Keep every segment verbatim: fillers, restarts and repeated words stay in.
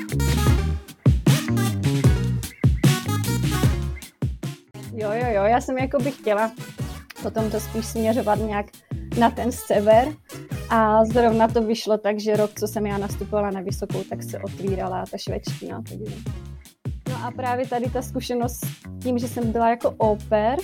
Jo, jo, jo, já jsem jako bych chtěla potom to spíš směřovat nějak na ten sever a zrovna to vyšlo tak, že rok, co jsem já nastupovala na vysokou, tak se otvírala ta švédština. Takže. No a právě tady ta zkušenost tím, že jsem byla jako au pair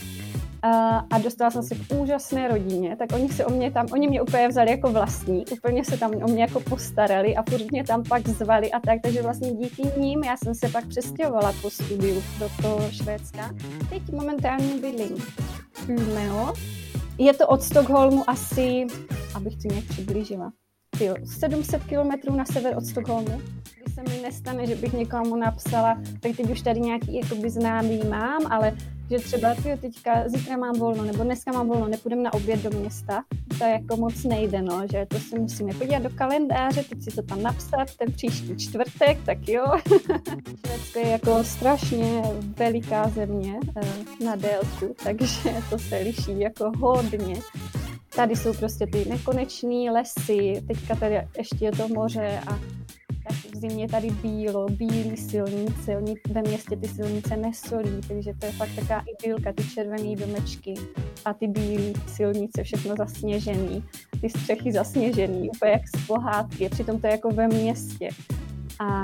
a, a dostala jsem se k úžasné rodině, tak oni se o mě tam, oni mě úplně vzali jako vlastní, úplně se tam o mě jako postarali a furt mě tam pak zvali a tak, takže vlastně díky ním já jsem se pak přestěhovala po studiu do toho Švédska. Teď momentálně bydlím v Umeå. Je to od Stockholmu asi, abych to nějak přiblížila, jo, sedm set kilometrů na sever od Stockholmu. Když se mi nestane, že bych někomu napsala, tak teď už tady nějaký jakoby známý mám, ale že třeba tyjo, teďka zítra mám volno, nebo dneska mám volno, nepůjdem na oběd do města, to jako moc nejde, no, že to si musíme podívat do kalendáře, teď si to tam napsat, ten příští čtvrtek, tak jo. Švédsko je jako strašně veliká země na délku, takže to se liší jako hodně. Tady jsou prostě ty nekonečný lesy, teďka tady ještě je to moře a tak v zimě tady bílo, bílý silnice, oni ve městě ty silnice nesolí, takže to je fakt taková idylka, ty červený domečky a ty bílý silnice, všechno zasněžený, ty střechy zasněžený, úplně jak z pohádky, přitom to je jako ve městě. A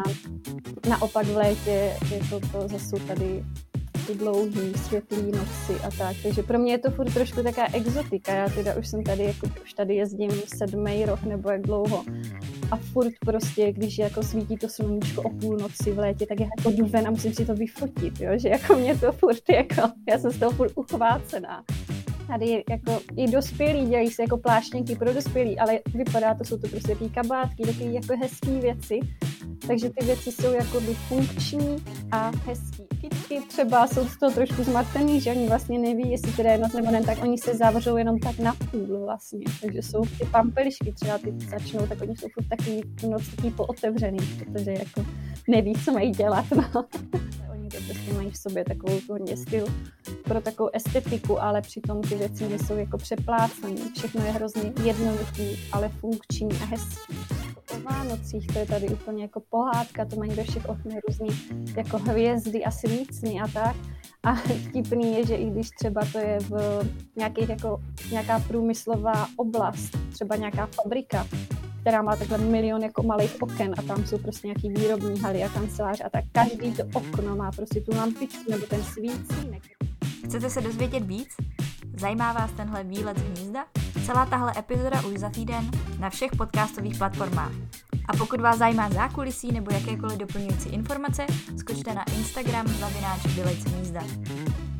naopak v létě je to, to zase tady ty dlouhý, světlý noci a tak, takže pro mě je to furt trošku taková exotika, já teda už jsem tady, jako už tady jezdím sedmý rok nebo jak dlouho a furt prostě, když jako svítí to sluníčko o půlnoci v létě, tak já jako jdu ven a musím si to vyfotit, jo, že jako mě to furt jako, já jsem z toho furt uchvácená. Tady jako i dospělí dělají se jako pláštěnky pro dospělí, ale vypadá to, jsou to prostě takové kabátky, takové jako hezké věci. Takže ty věci jsou jakoby funkční a hezký. Kytky třeba jsou z toho trošku zmatený, že oni vlastně neví, jestli teda je noc nebo ne, tak oni se zavřou jenom tak na půl vlastně. Takže jsou ty pampelišky třeba ty začnou, tak oni jsou furt takový noc takový pootevřený, protože jako neví, co mají dělat. No. Oni to prostě mají v sobě takovou hodně styl pro takovou estetiku, ale přitom ty věci nejsou jako přeplácané. Všechno je hrozně jednoduchý, ale funkční a hezký. O Vánocích to je tady úplně jako pohádka, to mají ve všech oknech různý jako hvězdy a svícny a tak. A vtipný je, že i když třeba to je v nějakých jako, nějaká průmyslová oblast, třeba nějaká fabrika, která má takhle milion jako malých oken a tam jsou prostě nějaký výrobní haly a kanceláře a tak každý to okno má prostě tu lampičku nebo ten svícínek. Chcete se dozvědět víc? Zajímá vás tenhle výlet z hnízda? Celá tahle epizoda už za týden na všech podcastových platformách. A pokud vás zajímá zákulisí nebo jakékoliv doplňující informace, skočte na Instagram zavináč Vylec z hnízda.